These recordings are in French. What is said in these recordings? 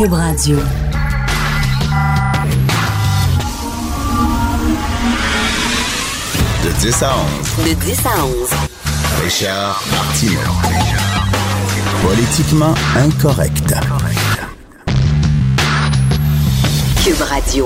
Cube Radio. De 10 à 11. De 10 à 11. Richard Martineau. Politiquement incorrect. Cube Radio.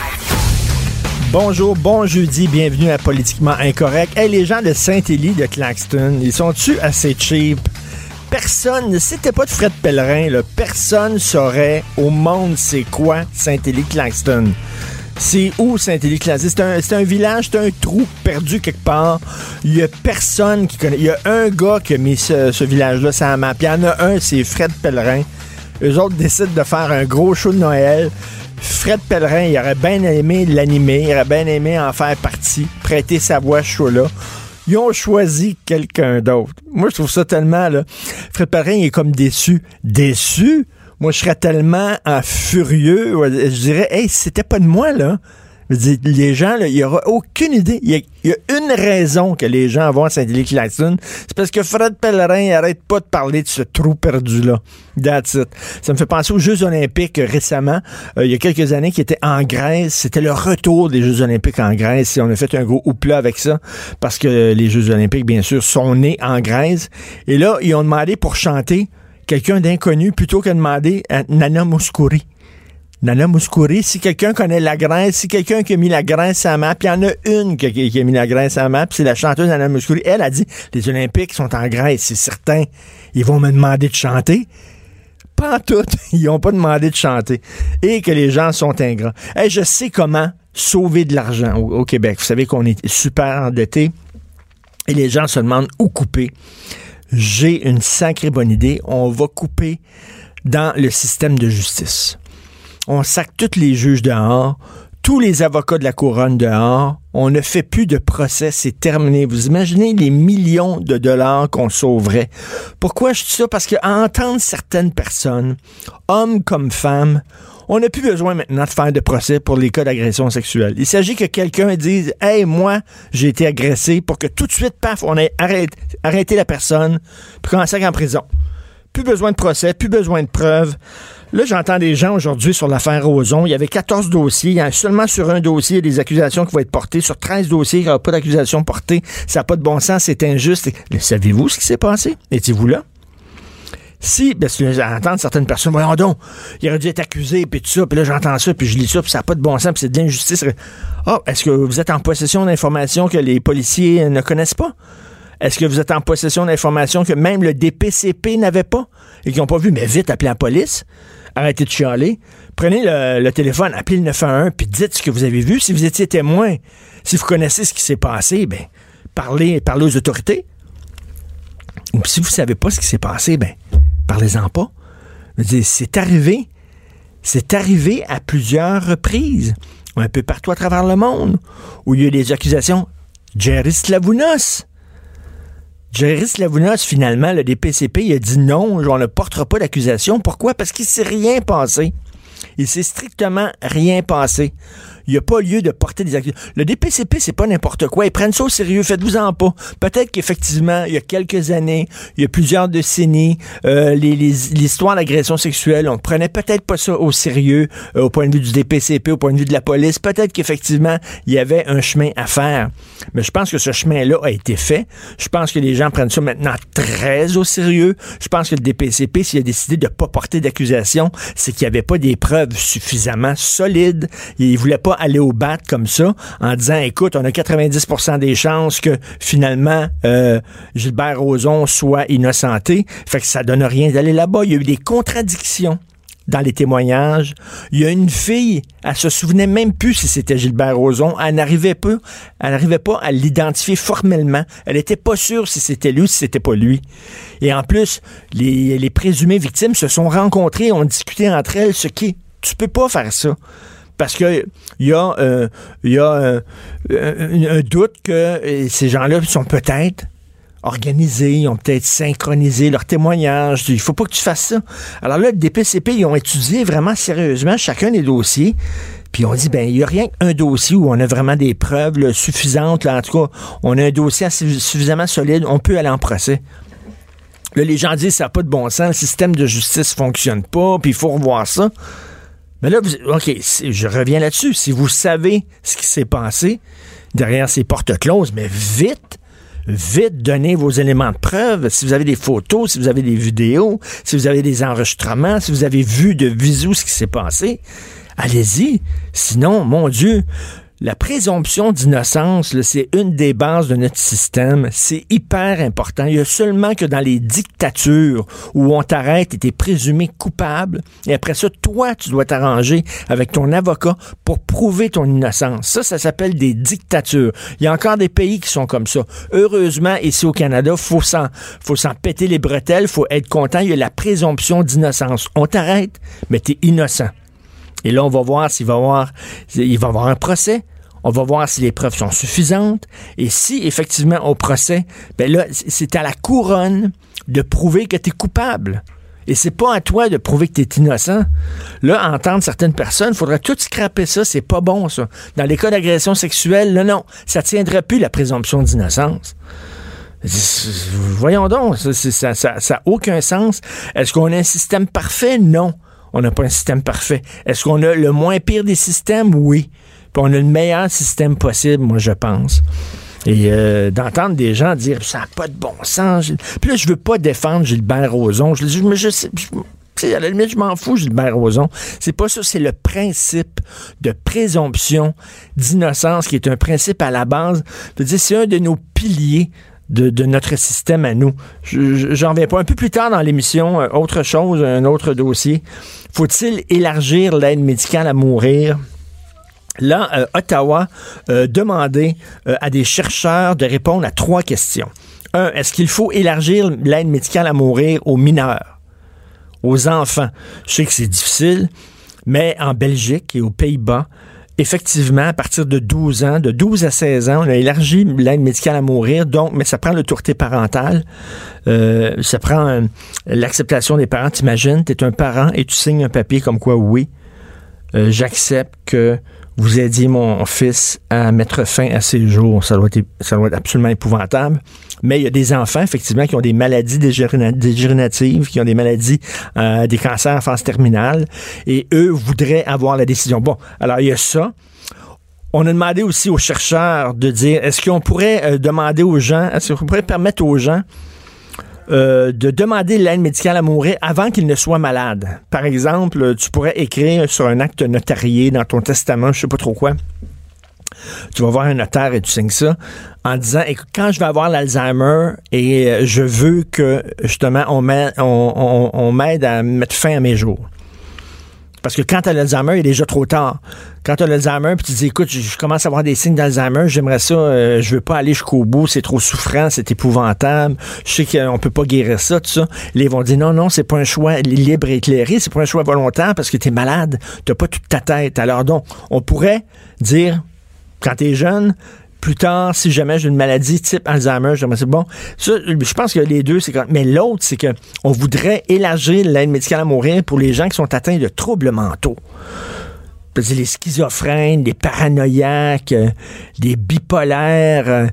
Bonjour, bon jeudi, bienvenue à Politiquement Incorrect. Hey, les gens de Saint-Élie de Claxton, ils sont-tu assez cheap? Personne, c'était pas de Fred Pellerin, là, personne saurait au monde c'est quoi Saint-Élie-Claxton. C'est où Saint-Élie-Claxton? C'est un village, c'est un trou perdu quelque part. Il y a personne qui connaît. Il y a un gars qui a mis ce village-là sur la map. Il y en a un, c'est Fred Pellerin. Eux autres décident de faire un gros show de Noël. Fred Pellerin, il aurait bien aimé l'animer, il aurait bien aimé en faire partie, prêter sa voix à ce show-là. Ils ont choisi quelqu'un d'autre. Moi, je trouve ça tellement, là... Fred Pellerin, il est comme déçu. Déçu? Moi, je serais tellement furieux. Je dirais, hey, c'était pas de moi, là. Je veux dire, les gens, là, il n'y aura aucune idée. Il y a une raison que les gens vont à Saint-Élie-Claxton. C'est parce que Fred Pellerin, il arrête pas de parler de ce trou perdu-là. That's it. Ça me fait penser aux Jeux olympiques récemment. Il y a quelques années qui étaient en Grèce. C'était le retour des Jeux olympiques en Grèce. Et on a fait un gros houpla avec ça. Parce que les Jeux olympiques, bien sûr, sont nés en Grèce. Et là, ils ont demandé pour chanter quelqu'un d'inconnu plutôt que de demander à Nana Mouskouri. Nana Mouskouri, si quelqu'un connaît la Grèce, si quelqu'un qui a mis la Grèce à la map, il y en a une qui a mis la Grèce à la map, c'est la chanteuse Nana Mouskouri. Elle a dit, les Olympiques sont en Grèce, c'est certain. Ils vont me demander de chanter. Pas en tout. Ils n'ont pas demandé de chanter. Et que les gens sont ingrats. Hey, je sais comment sauver de l'argent au Québec. Vous savez qu'on est super endettés et les gens se demandent où couper. J'ai une sacrée bonne idée. On va couper dans le système de justice. On sac tous les juges dehors, tous les avocats de la couronne dehors. On ne fait plus de procès, c'est terminé. Vous imaginez les millions de dollars qu'on sauverait. Pourquoi je dis ça? Parce qu'à entendre certaines personnes, hommes comme femmes, on n'a plus besoin maintenant de faire de procès pour les cas d'agression sexuelle. Il s'agit que quelqu'un dise « Hey, moi, j'ai été agressé » pour que tout de suite, paf, on ait arrêté la personne puis qu'on la sac en prison. Plus besoin de procès, plus besoin de preuves. Là, j'entends des gens aujourd'hui sur l'affaire Roson. Il y avait 14 dossiers. Il y a seulement sur un dossier des accusations qui vont être portées. Sur 13 dossiers, il n'y aura pas d'accusation portée. Ça n'a pas de bon sens, c'est injuste. Et, savez-vous ce qui s'est passé? Étiez-vous là? Si, parce que j'entends certaines personnes, voyons donc, il aurait dû être accusé, puis tout ça, puis là, j'entends ça, puis je lis ça, puis ça n'a pas de bon sens, puis c'est de l'injustice. Ah, est-ce que vous êtes en possession d'informations que les policiers ne connaissent pas? Est-ce que vous êtes en possession d'informations que même le DPCP n'avait pas et qu'ils n'ont pas vu? Mais vite, appelez la police. Arrêtez de chialer. Prenez le téléphone, appelez le 911, puis dites ce que vous avez vu. Si vous étiez témoin, si vous connaissez ce qui s'est passé, ben parlez aux autorités. Ou si vous ne savez pas ce qui s'est passé, ben parlez-en pas. Je veux dire, c'est arrivé à plusieurs reprises, un peu partout à travers le monde, où il y a des accusations. Jerry Slavounos, finalement, le DPCP, il a dit non, on ne portera pas d'accusation. Pourquoi? Parce qu'il ne s'est rien passé. Il s'est strictement rien passé. Il n'y a pas lieu de porter des accusations. Le DPCP, c'est pas n'importe quoi. Ils prennent ça au sérieux. Faites-vous-en pas. Peut-être qu'effectivement, il y a quelques années, il y a plusieurs décennies, l'histoire d'agression sexuelle, on prenait peut-être pas ça au sérieux au point de vue du DPCP, au point de vue de la police. Peut-être qu'effectivement, il y avait un chemin à faire. Mais je pense que ce chemin-là a été fait. Je pense que les gens prennent ça maintenant très au sérieux. Je pense que le DPCP, s'il a décidé de pas porter d'accusation, c'est qu'il n'y avait pas des preuves suffisamment solides. Il voulait pas aller au bat comme ça en disant, écoute, on a 90% des chances que finalement Gilbert Rozon soit innocenté. Fait que ça donne rien d'aller là-bas. Il y a eu des contradictions dans les témoignages. Il y a une fille, elle se souvenait même plus si c'était Gilbert Rozon. Elle n'arrivait pas à l'identifier formellement. Elle était pas sûre si c'était lui ou si c'était pas lui. Et en plus, les présumées victimes se sont rencontrées, ont discuté entre elles, ce qui, tu peux pas faire ça. Parce que il y a un doute que ces gens-là sont peut-être organisés, ils ont peut-être synchronisé leurs témoignages. Il faut pas que tu fasses ça. Alors là, le DPCP, ils ont étudié vraiment sérieusement chacun des dossiers. Puis on dit, ben il n'y a rien qu'un dossier où on a vraiment des preuves là, suffisantes. Là, en tout cas, on a un dossier suffisamment solide, on peut aller en procès. Là, les gens disent ça n'a pas de bon sens, le système de justice fonctionne pas, puis il faut revoir ça. Mais là, OK, je reviens là-dessus. Si vous savez ce qui s'est passé derrière ces portes closes, mais vite, donnez vos éléments de preuve. Si vous avez des photos, si vous avez des vidéos, si vous avez des enregistrements, si vous avez vu de visu ce qui s'est passé, allez-y. Sinon, mon Dieu, la présomption d'innocence, là, c'est une des bases de notre système. C'est hyper important. Il y a seulement que dans les dictatures où on t'arrête et t'es présumé coupable, et après ça, toi, tu dois t'arranger avec ton avocat pour prouver ton innocence. Ça s'appelle des dictatures. Il y a encore des pays qui sont comme ça. Heureusement, ici au Canada, faut s'en péter les bretelles, faut être content. Il y a la présomption d'innocence. On t'arrête, mais t'es innocent. Et là, on va voir il va y avoir un procès. On va voir si les preuves sont suffisantes. Et si, effectivement, au procès, ben là, c'est à la couronne de prouver que tu es coupable. Et c'est pas à toi de prouver que tu es innocent. Là, entendre certaines personnes, il faudrait tout scraper ça. C'est pas bon, ça. Dans les cas d'agression sexuelle, là, non. Ça tiendrait plus la présomption d'innocence. Voyons donc, ça n'a aucun sens. Est-ce qu'on a un système parfait? Non. On n'a pas un système parfait. Est-ce qu'on a le moins pire des systèmes? Oui. Puis on a le meilleur système possible, moi, je pense. Et d'entendre des gens dire « ça n'a pas de bon sens ». Puis là, je veux pas défendre Gilbert Rozon. À la limite, je m'en fous, Gilbert Rozon. C'est pas ça, c'est le principe de présomption d'innocence qui est un principe à la base. Je veux dire, c'est un de nos piliers de notre système à nous. J'en reviens pas. Un peu plus tard dans l'émission, autre chose, un autre dossier. Faut-il élargir l'aide médicale à mourir? Là, Ottawa demandait à des chercheurs de répondre à 3 questions. 1, est-ce qu'il faut élargir l'aide médicale à mourir aux mineurs, aux enfants? Je sais que c'est difficile, mais en Belgique et aux Pays-Bas, effectivement, à partir de 12 ans, de 12 à 16 ans, on a élargi l'aide médicale à mourir, donc, mais ça prend l'autorité parentale, ça prend l'acceptation des parents. T'imagines, t'es un parent et tu signes un papier comme quoi, oui, j'accepte que vous aidiez mon fils à mettre fin à ses jours. Ça doit être absolument épouvantable. Mais il y a des enfants, effectivement, qui ont des maladies dégénératives, qui ont des maladies, des cancers en phase terminale, et eux voudraient avoir la décision. Bon, alors il y a ça. On a demandé aussi aux chercheurs de dire, est-ce qu'on pourrait demander aux gens, est-ce qu'on pourrait permettre aux gens de demander l'aide médicale à mourir avant qu'il ne soit malade. Par exemple, tu pourrais écrire sur un acte notarié dans ton testament, je sais pas trop quoi. Tu vas voir un notaire et tu signes ça en disant, écoute, quand je vais avoir l'Alzheimer et je veux que, justement, on m'aide à mettre fin à mes jours. Parce que quand tu as l'Alzheimer, il est déjà trop tard. Quand tu as l'Alzheimer, puis tu dis, écoute, je commence à avoir des signes d'Alzheimer, j'aimerais ça, je veux pas aller jusqu'au bout, c'est trop souffrant, c'est épouvantable, je sais qu'on peut pas guérir ça, tout ça. Ils vont dire, non, c'est pas un choix libre et éclairé, c'est pas un choix volontaire parce que tu es malade, t'as pas toute ta tête. Alors donc, on pourrait dire, quand tu es jeune, plus tard, si jamais j'ai une maladie type Alzheimer, j'aimerais ça. Bon, ça, je pense que les deux, c'est quand même. Mais l'autre, c'est que on voudrait élargir l'aide médicale à mourir pour les gens qui sont atteints de troubles mentaux. C'est-à-dire les schizophrènes, les paranoïaques, les bipolaires.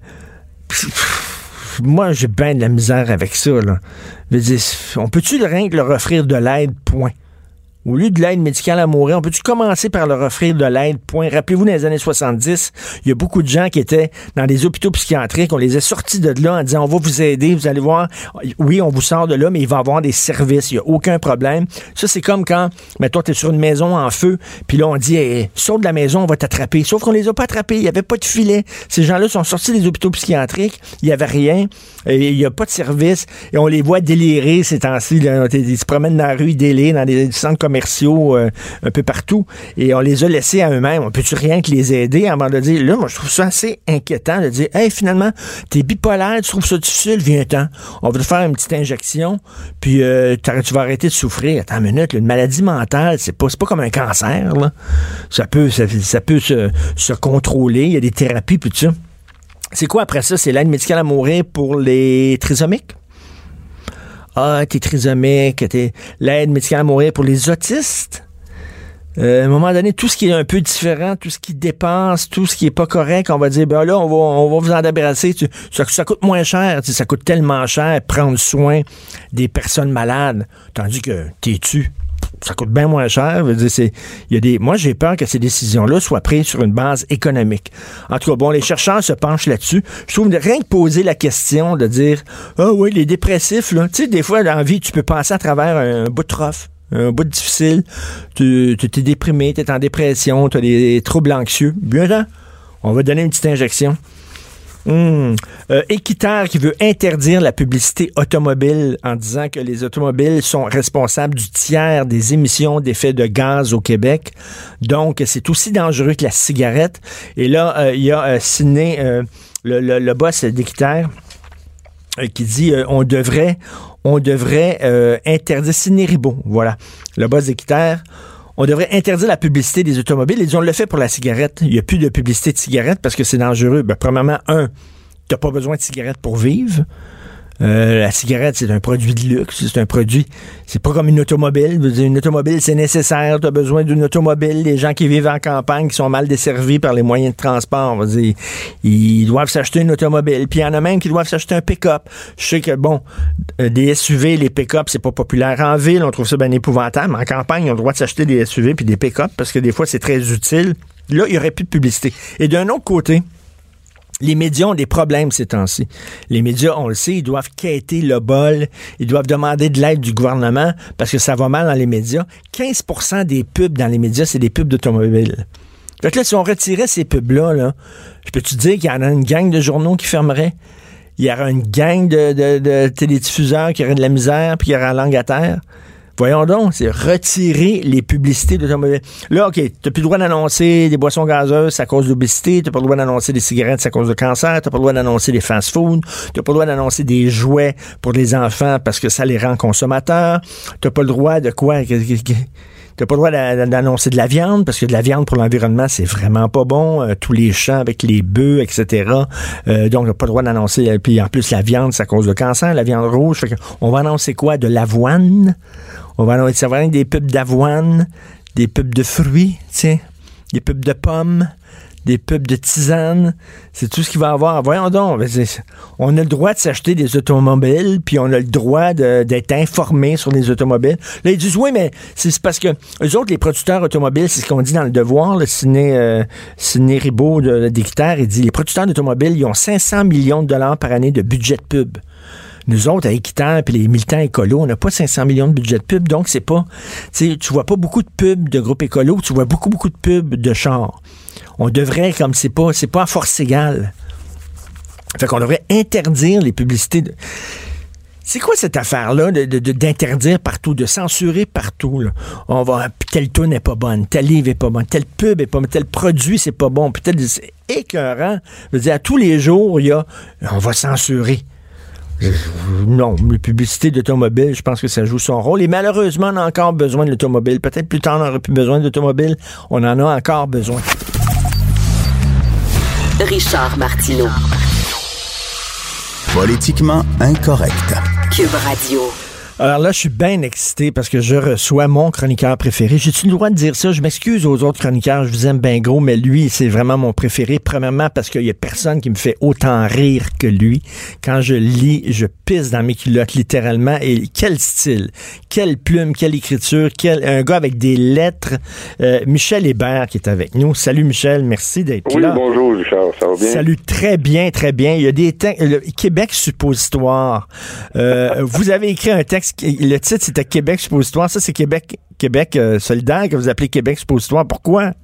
Moi, j'ai bien de la misère avec ça, là. Je veux dire, on peut-tu rien que leur offrir de l'aide, point? Au lieu de l'aide médicale à mourir, on peut-tu commencer par leur offrir de l'aide, point? Rappelez-vous, dans les années 70, il y a beaucoup de gens qui étaient dans des hôpitaux psychiatriques, on les a sortis de là en disant, on va vous aider, vous allez voir, oui, on vous sort de là, mais il va y avoir des services, il n'y a aucun problème. Ça, c'est comme quand, mettons, t'es sur une maison en feu, puis là, on dit, hey, saute de la maison, on va t'attraper. Sauf qu'on les a pas attrapés, il n'y avait pas de filet. Ces gens-là sont sortis des hôpitaux psychiatriques, il n'y avait rien, il n'y a pas de service, et on les voit délirer ces temps-ci, là. Ils se promènent dans la rue, ils délirent dans des centres commerciaux un peu partout, et on les a laissés à eux-mêmes. On peut-tu rien que les aider avant de dire, là, moi, je trouve ça assez inquiétant de dire, hey, finalement, t'es bipolaire, tu trouves ça difficile, viens-t'en. On va te faire une petite injection, puis tu vas arrêter de souffrir. Attends une minute, là, une maladie mentale, c'est pas comme un cancer, là. Ça peut se contrôler, il y a des thérapies, puis tout ça. C'est quoi après ça? C'est l'aide médicale à mourir pour les trisomiques? Ah, t'es trisomique, t'es l'aide médicale à mourir pour les autistes? À un moment donné, tout ce qui est un peu différent, tout ce qui dépasse, tout ce qui est pas correct, on va dire, ben là, on va vous en débarrasser. Ça coûte moins cher. Ça coûte tellement cher prendre soin des personnes malades. Tandis que t'es-tu? Ça coûte bien moins cher. Je veux dire, moi, j'ai peur que ces décisions-là soient prises sur une base économique. En tout cas, bon, les chercheurs se penchent là-dessus. Je trouve rien que poser la question de dire, ah oui, les dépressifs, là. Tu sais, des fois, dans la vie, tu peux passer à travers un bout de rough. Un bout difficile, tu t'es déprimé, t'es en dépression, t'as des troubles anxieux. Bien là, on va donner une petite injection. Équiterre qui veut interdire la publicité automobile en disant que les automobiles sont responsables du tiers des émissions d'effets de gaz au Québec. Donc, c'est aussi dangereux que la cigarette. Et là, il y a Sidney, le boss d'Équiterre, qui dit on devrait interdire, Sidney Ribault, voilà, le boss d'Équiterre, on devrait interdire la publicité des automobiles. Ils ont le fait pour la cigarette. Il n'y a plus de publicité de cigarette parce que c'est dangereux. Ben, premièrement, t'as pas besoin de cigarette pour vivre. La cigarette, c'est un produit de luxe, c'est pas comme une automobile. Une automobile, c'est nécessaire, tu as besoin d'une automobile. Les gens qui vivent en campagne, qui sont mal desservis par les moyens de transport, on va dire, ils doivent s'acheter une automobile. Puis il y en a même qui doivent s'acheter un pick-up. Je sais que, bon, des SUV, les pick-up, c'est pas populaire en ville, on trouve ça bien épouvantable, mais en campagne, ils ont le droit de s'acheter des SUV puis des pick-up parce que des fois, c'est très utile. Là, il y aurait plus de publicité. Et d'un autre côté, les médias ont des problèmes ces temps-ci. Les médias, on le sait, ils doivent quêter le bol, ils doivent demander de l'aide du gouvernement parce que ça va mal dans les médias. 15% des pubs dans les médias, c'est des pubs d'automobiles. Fait que là, si on retirait ces pubs-là, là, je peux te dire qu'il y en a une gang de journaux qui fermerait. Il y aura une gang de télédiffuseurs qui auraient de la misère puis qui auraient la langue à terre. Voyons donc, c'est retirer les publicités d'automobiles. Là, OK, t'as plus le droit d'annoncer des boissons gazeuses à cause d'obésité, t'as pas le droit d'annoncer des cigarettes à cause de cancer, t'as pas le droit d'annoncer des fast-foods, t'as pas le droit d'annoncer des jouets pour les enfants parce que ça les rend consommateurs, t'as pas le droit de quoi... T'as pas le droit d'annoncer de la viande, parce que de la viande pour l'environnement, c'est vraiment pas bon. Tous les champs avec les bœufs, etc. Donc, t'as pas le droit d'annoncer. Puis en plus, la viande, c'est à cause de cancer, la viande rouge. Fait on va annoncer quoi? De l'avoine? On va annoncer, ça va être des pubs d'avoine, des pubs de fruits, tiens, des pubs de pommes, des pubs de tisane. C'est tout ce qu'il va y avoir. Voyons donc, on a le droit de s'acheter des automobiles, puis on a le droit d'être informé sur les automobiles. Là, ils disent, oui, mais c'est parce que eux autres, les producteurs automobiles, c'est ce qu'on dit dans Le Devoir, le Sidney Ribault d'Équiterre, il dit, les producteurs d'automobiles, ils ont 500 millions de dollars par année de budget de pub. Nous autres, à Équiterre, puis les militants écolos, on n'a pas 500 millions de budget de pub, donc c'est pas, tu vois pas beaucoup de pubs de groupes écolos, tu vois beaucoup de pubs de chars. On devrait, comme c'est pas à force égale. Fait qu'on devrait interdire les publicités. C'est quoi cette affaire-là d'interdire partout, de censurer partout, là? On va, telle tune n'est pas bonne, tel livre est pas bon, telle pub est pas bonne, tel produit c'est pas bon, puis c'est écœurant. Je veux dire, à tous les jours, on va censurer. Non, les publicités d'automobile, je pense que ça joue son rôle. Et malheureusement, on a encore besoin de l'automobile. Peut-être plus tard, on n'aura plus besoin de l'automobile. On en a encore besoin. Richard Martineau. Politiquement incorrect. Cube Radio. Alors là, je suis bien excité parce que je reçois mon chroniqueur préféré. J'ai-tu le droit de dire ça? Je m'excuse aux autres chroniqueurs, je vous aime bien gros, mais lui, c'est vraiment mon préféré. Premièrement, parce qu'il y a personne qui me fait autant rire que lui. Quand je lis, je pisse dans mes culottes, littéralement. Et quel style, quelle plume, quelle écriture, un gars avec des lettres. Michel Hébert qui est avec nous. Salut Michel, merci d'être là. Oui, bonjour Richard, ça va bien? Salut, très bien, très bien. Il y a des textes, Québec suppositoire. Vous avez écrit un texte. Le titre, c'était Québec suppositoire. Ça, c'est Québec solidaire que vous appelez Québec suppositoire. Pourquoi?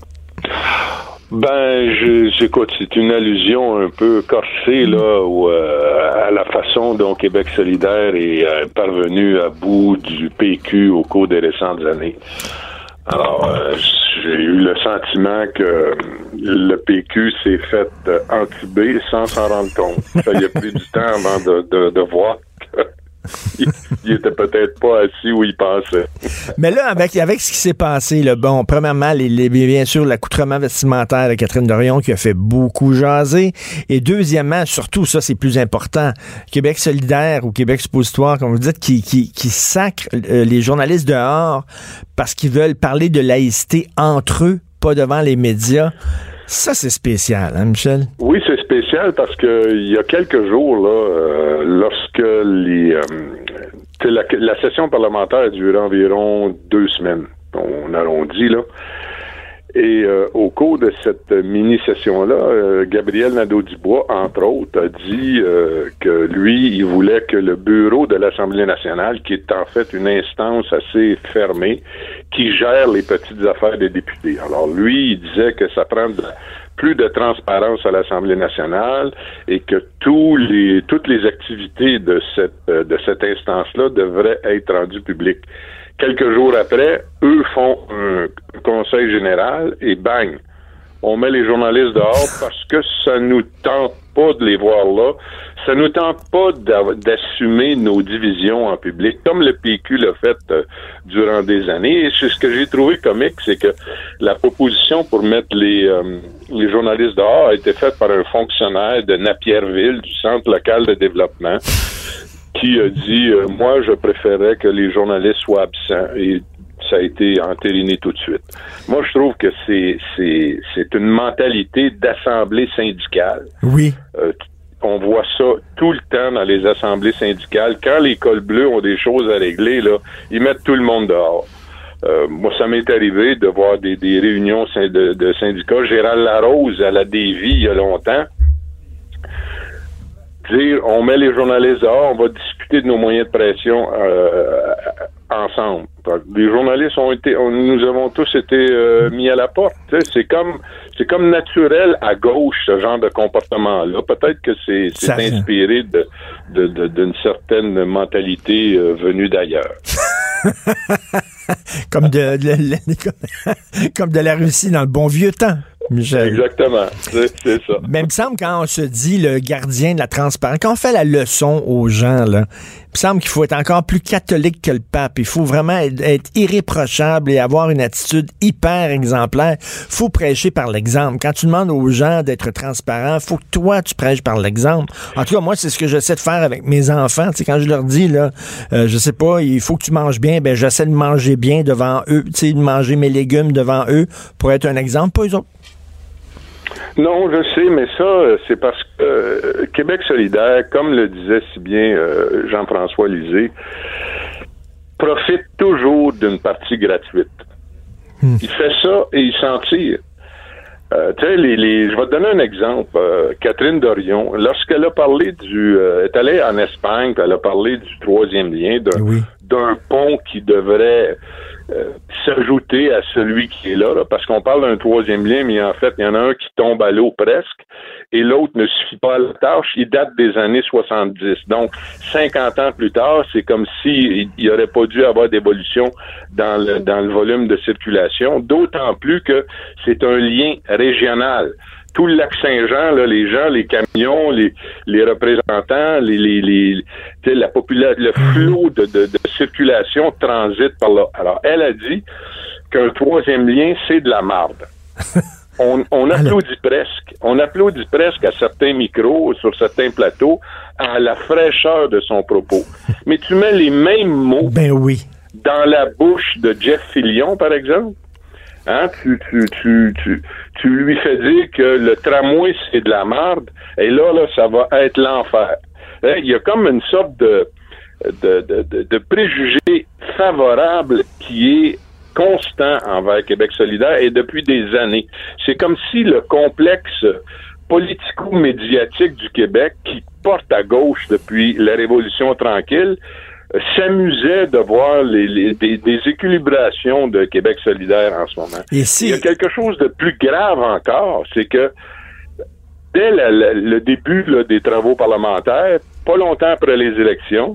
Écoute, c'est une allusion un peu corsée, là, à la façon dont Québec solidaire est parvenu à bout du PQ au cours des récentes années. Alors, j'ai eu le sentiment que le PQ s'est fait entuber sans s'en rendre compte. Ça y a pris du temps avant de voir il était peut-être pas assis où il pensait. Mais là, avec ce qui s'est passé, là, bon, premièrement, bien sûr, l'accoutrement vestimentaire de Catherine Dorion qui a fait beaucoup jaser. Et deuxièmement, surtout, ça, c'est plus important, Québec solidaire ou Québec suppositoire, comme vous dites, qui sacre les journalistes dehors parce qu'ils veulent parler de laïcité entre eux, pas devant les médias. Ça, c'est spécial, hein, Michel? Oui, c'est spécial parce que il y a quelques jours, là, lorsque la session parlementaire a duré environ 2 semaines, on arrondit, là, et au cours de cette mini-session-là, Gabriel Nadeau-Dubois, entre autres, a dit que lui, il voulait que le bureau de l'Assemblée nationale, qui est en fait une instance assez fermée, qui gère les petites affaires des députés. Alors lui, il disait que ça prend plus de transparence à l'Assemblée nationale et que toutes les activités de cette instance-là devraient être rendues publiques. Quelques jours après, eux font un conseil général et bang, on met les journalistes dehors parce que ça nous tente pas de les voir là. Ça nous tente pas d'assumer nos divisions en public, comme le PQ l'a fait durant des années. Et c'est ce que j'ai trouvé comique, c'est que la proposition pour mettre les journalistes dehors a été faite par un fonctionnaire de Napierville, du Centre local de développement, qui a dit moi, je préférais que les journalistes soient absents. Et ça a été entériné tout de suite. Moi, je trouve que c'est une mentalité d'assemblée syndicale. Oui. On voit ça tout le temps dans les assemblées syndicales. Quand les cols bleus ont des choses à régler, là, ils mettent tout le monde dehors. Moi, ça m'est arrivé de voir des réunions de syndicats. Gérald Larose à la Davie, il y a longtemps, dire on met les journalistes dehors, on va discuter de nos moyens de pression ensemble. Les journalistes nous avons tous été mis à la porte. C'est comme naturel à gauche ce genre de comportement-là. Peut-être que c'est inspiré d'une certaine mentalité venue d'ailleurs. comme de la Russie dans le bon vieux temps, Michel. Exactement, c'est ça. Mais il me semble quand on se dit le gardien de la transparence, quand on fait la leçon aux gens, là, il me semble qu'il faut être encore plus catholique que le pape. Il faut vraiment être irréprochable et avoir une attitude hyper exemplaire. Faut prêcher par l'exemple. Quand tu demandes aux gens d'être transparents, faut que toi, tu prêches par l'exemple. En tout cas, moi, c'est ce que j'essaie de faire avec mes enfants. Tu sais, quand je leur dis, là, je sais pas, il faut que tu manges bien, ben, j'essaie de manger bien devant eux, tu sais, de manger mes légumes devant eux pour être un exemple, pas eux autres. Non, je sais, mais ça, c'est parce que Québec solidaire, comme le disait si bien Jean-François Lisée, profite toujours d'une partie gratuite. Il fait ça et il s'en tire. Tu sais, je vais te donner un exemple. Catherine Dorion, lorsqu'elle a parlé elle est allée en Espagne, puis elle a parlé du 3e lien, d'un pont qui devrait s'ajouter à celui qui est là, parce qu'on parle d'un 3e lien, mais en fait, il y en a un qui tombe à l'eau presque, et l'autre ne suffit pas à la tâche. Il date des années 70. Donc, 50 ans plus tard, c'est comme s'il n'y aurait pas dû avoir d'évolution dans le volume de circulation, d'autant plus que c'est un lien régional. Tout le lac Saint-Jean, là, les gens, les camions, les représentants, la population, le flot de circulation transite par là. Alors, elle a dit qu'un 3e lien, c'est de la marde. On applaudit presque. On applaudit presque à certains micros, sur certains plateaux, à la fraîcheur de son propos. Mais tu mets les mêmes mots dans la bouche de Jeff Fillion, par exemple. Hein, tu lui fais dire que le tramway, c'est de la merde, et là, ça va être l'enfer. Hein, il y a comme une sorte de préjugé favorable qui est constant envers Québec solidaire et depuis des années. C'est comme si le complexe politico-médiatique du Québec, qui porte à gauche depuis la Révolution tranquille, s'amusait de voir des équilibrations de Québec solidaire en ce moment. Il y a quelque chose de plus grave encore, c'est que dès le début des travaux parlementaires, pas longtemps après les élections,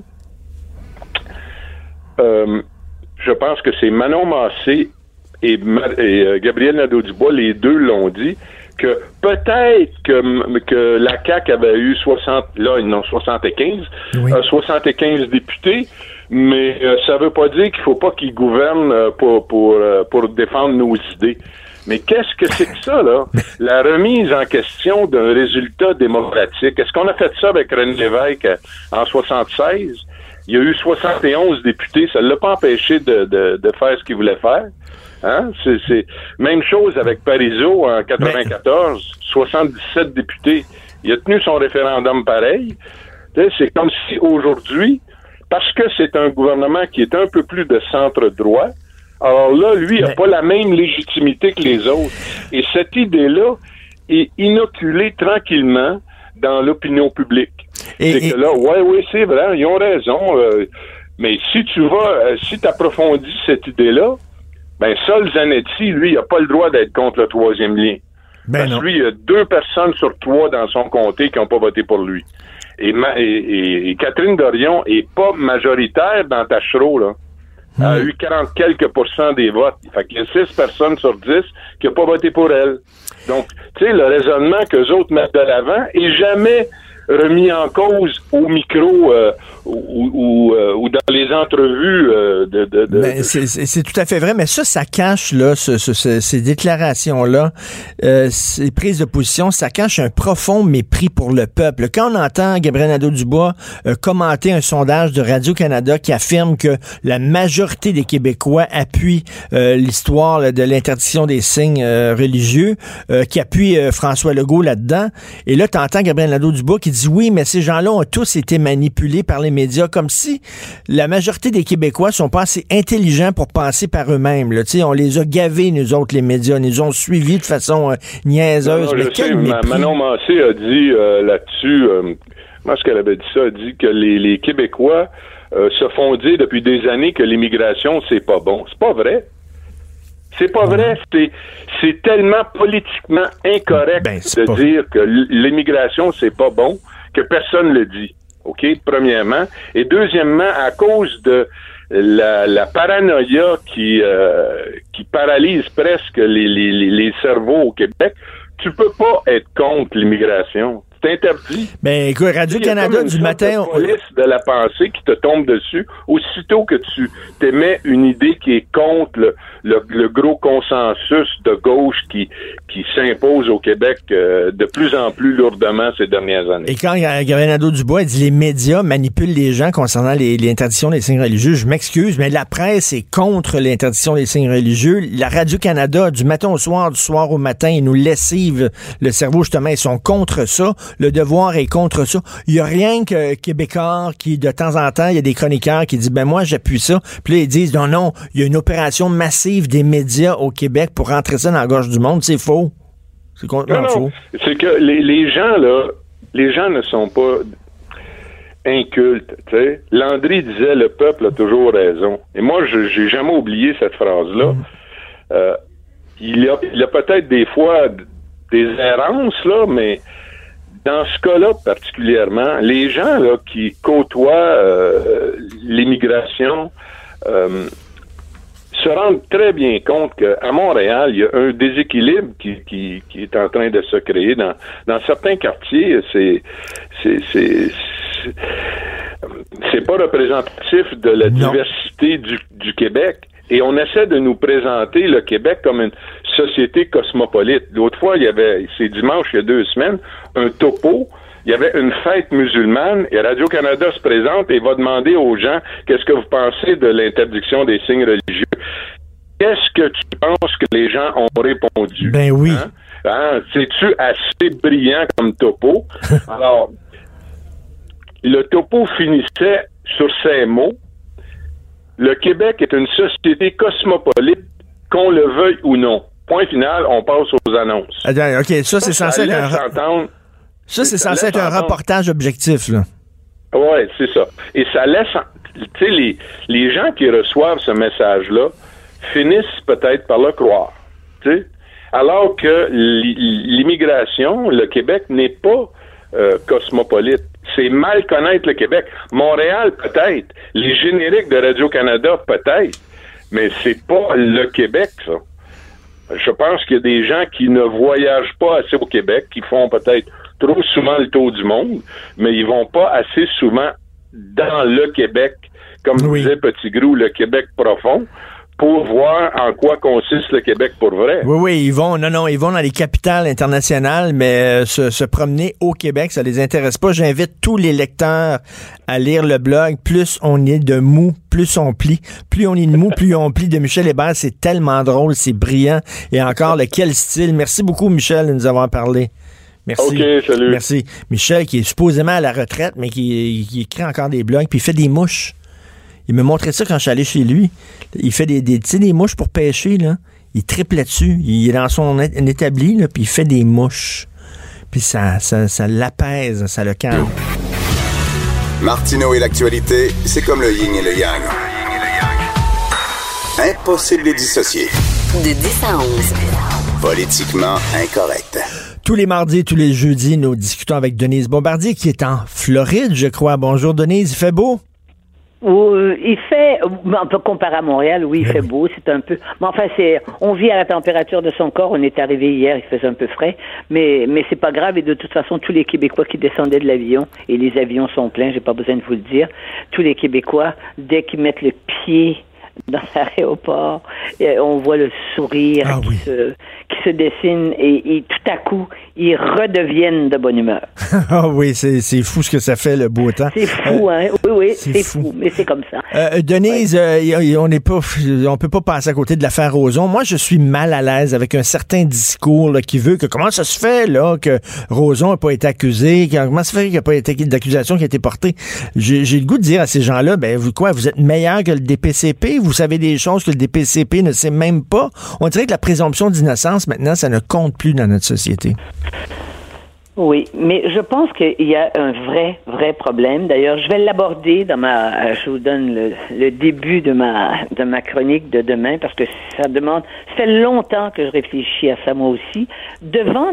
je pense que c'est Manon Massé et Gabriel Nadeau-Dubois, les deux l'ont dit, que peut-être que la CAQ avait eu 75 députés, mais ça veut pas dire qu'il faut pas qu'ils gouvernent pour défendre nos idées. Mais qu'est-ce que c'est que ça, là? La remise en question d'un résultat démocratique. Est-ce qu'on a fait ça avec René Lévesque en 76? Il y a eu 71 députés. Ça ne l'a pas empêché de faire ce qu'il voulait faire. Hein? C'est même chose avec Parizeau en 94. 77 députés. Il a tenu son référendum pareil. C'est comme si aujourd'hui, parce que c'est un gouvernement qui est un peu plus de centre-droit, alors là, lui, il n'a pas la même légitimité que les autres. Et cette idée-là est inoculée tranquillement dans l'opinion publique. Que là, oui, c'est vrai, ils ont raison. Mais si tu approfondis cette idée-là, ben Sol Zanetti, lui, il n'a pas le droit d'être contre le troisième lien. Parce que lui, il y a 2 personnes sur 3 dans son comté qui n'ont pas voté pour lui. Et Catherine Dorion est pas majoritaire dans Tachereau, là. Elle a eu 40 quelques % des votes. Fait qu'il y a 6 personnes sur 10 qui n'ont pas voté pour elle. Donc, tu sais, le raisonnement qu'eux autres mettent de l'avant est jamais remis en cause au micro ou dans les entrevues Ben, c'est tout à fait vrai, mais ça cache, là, ces déclarations-là, ces prises de position, ça cache un profond mépris pour le peuple. Quand on entend Gabriel Nadeau-Dubois commenter un sondage de Radio-Canada qui affirme que la majorité des Québécois appuient l'histoire là, de l'interdiction des signes religieux, qui appuie François Legault là-dedans, et là, tu entends Gabriel Nadeau-Dubois qui dit oui, mais ces gens-là ont tous été manipulés par les médias, comme si la majorité des Québécois sont pas assez intelligents pour penser par eux-mêmes. Là. On les a gavés, nous autres, les médias, nous ont suivis de façon niaiseuse. Non, mais quel mépris. Manon Massé a dit là-dessus, moi ce qu'elle avait dit ça, elle a dit que les Québécois se font dire depuis des années que l'immigration, c'est pas bon. C'est pas vrai. C'est pas vrai, c'est tellement politiquement incorrect de dire que l'immigration, c'est pas bon, que personne le dit. OK, premièrement. Et deuxièmement, à cause de la paranoïa qui paralyse presque les cerveaux au Québec, tu peux pas être contre l'immigration. C'est interdit. Ben, écoute, Radio-Canada du matin... C'est police de la pensée qui te tombe dessus. Aussitôt que tu t'émets une idée qui est contre le gros consensus de gauche qui s'impose au Québec de plus en plus lourdement ces dernières années. Et quand Gabriel Nadeau-Dubois dit les médias manipulent les gens concernant l'interdiction des signes religieux, je m'excuse, mais la presse est contre l'interdiction des signes religieux. La Radio-Canada, du matin au soir, du soir au matin, ils nous lessivent le cerveau, justement, ils sont contre ça. Le Devoir est contre ça. Il y a rien que Québécois qui, de temps en temps, il y a des chroniqueurs qui disent, ben moi, j'appuie ça. Puis là, ils disent, non, il y a une opération massive des médias au Québec pour rentrer ça dans la gorge du monde. C'est faux. C'est complètement faux. C'est que les gens, là, les gens ne sont pas incultes, tu sais. Landry disait, le peuple a toujours raison. Et moi, j'ai jamais oublié cette phrase-là. Il y a peut-être des fois des errances, là, mais dans ce cas-là particulièrement, les gens là qui côtoient l'immigration se rendent très bien compte qu'à Montréal, il y a un déséquilibre qui est en train de se créer dans certains quartiers. C'est pas représentatif de la diversité du Québec. Et on essaie de nous présenter le Québec comme une société cosmopolite. L'autre fois, c'est dimanche, il y a 2 semaines, un topo, il y avait une fête musulmane et Radio-Canada se présente et va demander aux gens qu'est-ce que vous pensez de l'interdiction des signes religieux. Qu'est-ce que tu penses que les gens ont répondu? Ben oui. C'est-tu assez brillant comme topo? Alors, le topo finissait sur ces mots. Le Québec est une société cosmopolite, qu'on le veuille ou non. Point final, on passe aux annonces. Attends, OK, ça, c'est censé être un reportage objectif, là. Oui, c'est ça. Et ça laisse... Tu sais, les gens qui reçoivent ce message-là finissent peut-être par le croire. Tu sais? Alors que l'immigration, le Québec n'est pas cosmopolite. C'est mal connaître le Québec. Montréal, peut-être. Les génériques de Radio-Canada, peut-être. Mais c'est pas le Québec, ça. Je pense qu'il y a des gens qui ne voyagent pas assez au Québec, qui font peut-être trop souvent le tour du monde, mais ils vont pas assez souvent dans le Québec, comme disait Petitgrou, le Québec profond, pour voir en quoi consiste le Québec pour vrai. Oui, ils vont dans les capitales internationales, mais se promener au Québec, ça les intéresse pas. J'invite tous les lecteurs à lire le blog. Plus on est de mou, plus on plie. Plus on est de mou, plus on plie de Michel Hébert. C'est tellement drôle, c'est brillant. Et encore, quel style. Merci beaucoup, Michel, de nous avoir parlé. Merci. OK, salut. Merci. Michel, qui est supposément à la retraite, mais qui écrit encore des blogs, puis il fait des mouches. Il me montrait ça quand je suis allé chez lui. Il fait des mouches pour pêcher, là. Il triple là-dessus. Il est dans son établi, là, puis il fait des mouches. Puis ça l'apaise, ça le calme. Martineau et l'actualité, c'est comme le yin et le yang. Impossible de les dissocier. De 10 à 11. Politiquement incorrect. Tous les mardis et tous les jeudis, nous discutons avec Denise Bombardier, qui est en Floride, je crois. Bonjour, Denise. Il fait beau? Il fait, on peut comparer à Montréal, oui, il fait beau, c'est un peu, mais enfin on vit à la température de son corps, on est arrivé hier, il faisait un peu frais, mais c'est pas grave, et de toute façon, tous les Québécois qui descendaient de l'avion, et les avions sont pleins, j'ai pas besoin de vous le dire, tous les Québécois, dès qu'ils mettent le pied dans l'aéroport, on voit le sourire qui se dessine, et tout à coup, ils redeviennent de bonne humeur. Ah oui, c'est fou ce que ça fait, le beau temps. C'est fou, hein? Oui, c'est fou, mais c'est comme ça. Denise, on peut pas passer à côté de l'affaire Roson. Moi, je suis mal à l'aise avec un certain discours là, qui veut que comment ça se fait là que Roson n'a pas été accusé, comment ça se fait qu'il n'y a pas été d'accusation qui a été portée. J'ai le goût de dire à ces gens-là, vous êtes meilleur que le DPCP, vous savez des choses que le DPCP ne sait même pas. On dirait que la présomption d'innocence, maintenant, ça ne compte plus dans notre société. Oui, mais je pense qu'il y a un vrai problème. D'ailleurs, je vais l'aborder je vous donne le début de ma chronique de demain, parce que ça fait longtemps que je réfléchis à ça moi aussi, devant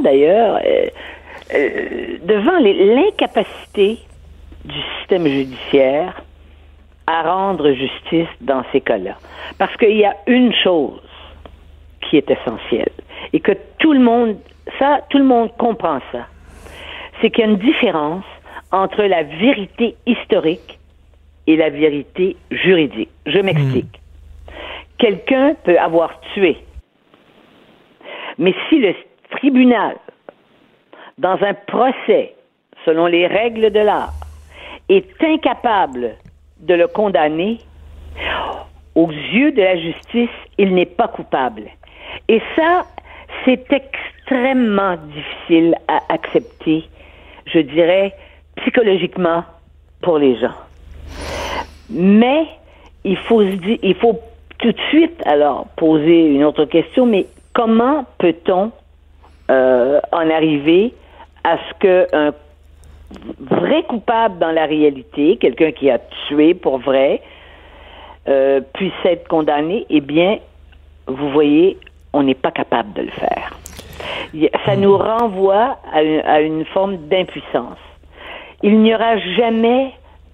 l'incapacité du système judiciaire à rendre justice dans ces cas-là. Parce qu'il y a une chose qui est essentielle, et que tout le monde comprend ça. C'est qu'il y a une différence entre la vérité historique et la vérité juridique. Je m'explique. Quelqu'un peut avoir tué, mais si le tribunal, dans un procès, selon les règles de l'art, est incapable de le condamner, aux yeux de la justice, il n'est pas coupable. Et ça, c'est extrêmement difficile à accepter, je dirais, psychologiquement pour les gens. Mais il faut tout de suite alors poser une autre question, mais comment peut-on en arriver à ce qu'un vrai coupable dans la réalité, quelqu'un qui a tué pour vrai, puisse être condamné? Eh bien, vous voyez, on n'est pas capable de le faire. Ça nous renvoie à une forme d'impuissance. Il n'y aura jamais